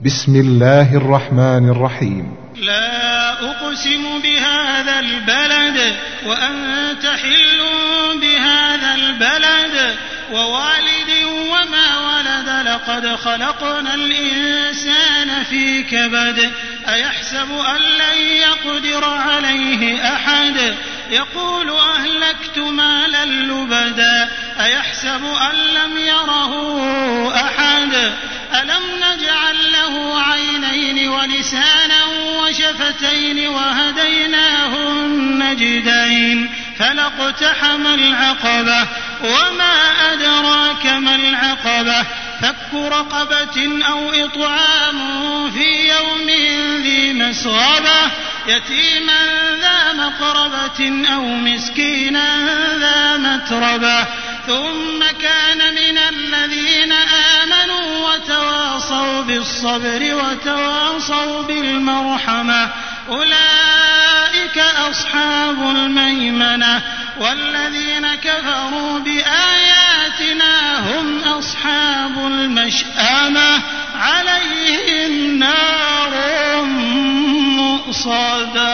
بسم الله الرحمن الرحيم. لا أقسم بهذا البلد وأنت حل بهذا البلد ووالد وما ولد لقد خلقنا الإنسان في كبد أيحسب أن لن يقدر عليه أحد يقول أهلكت مالا لبدا أيحسب أن لم يره أحد ألم نجعل له عينين ولسانا وشفتين وهديناه النجدين فلاقتحم العقبة وما أدراك ما العقبة فك رقبة أو إطعام في يوم ذي مسغبة يتيما ذا مقربة أو مسكينا ذا متربة ثم كان من الذين آمنوا وتواصوا بالصبر وتواصوا بالمرحمة أولئك أصحاب الميمنة والذين كفروا بآياتنا هم أصحاب المشأمة عليهم نار مؤصدة.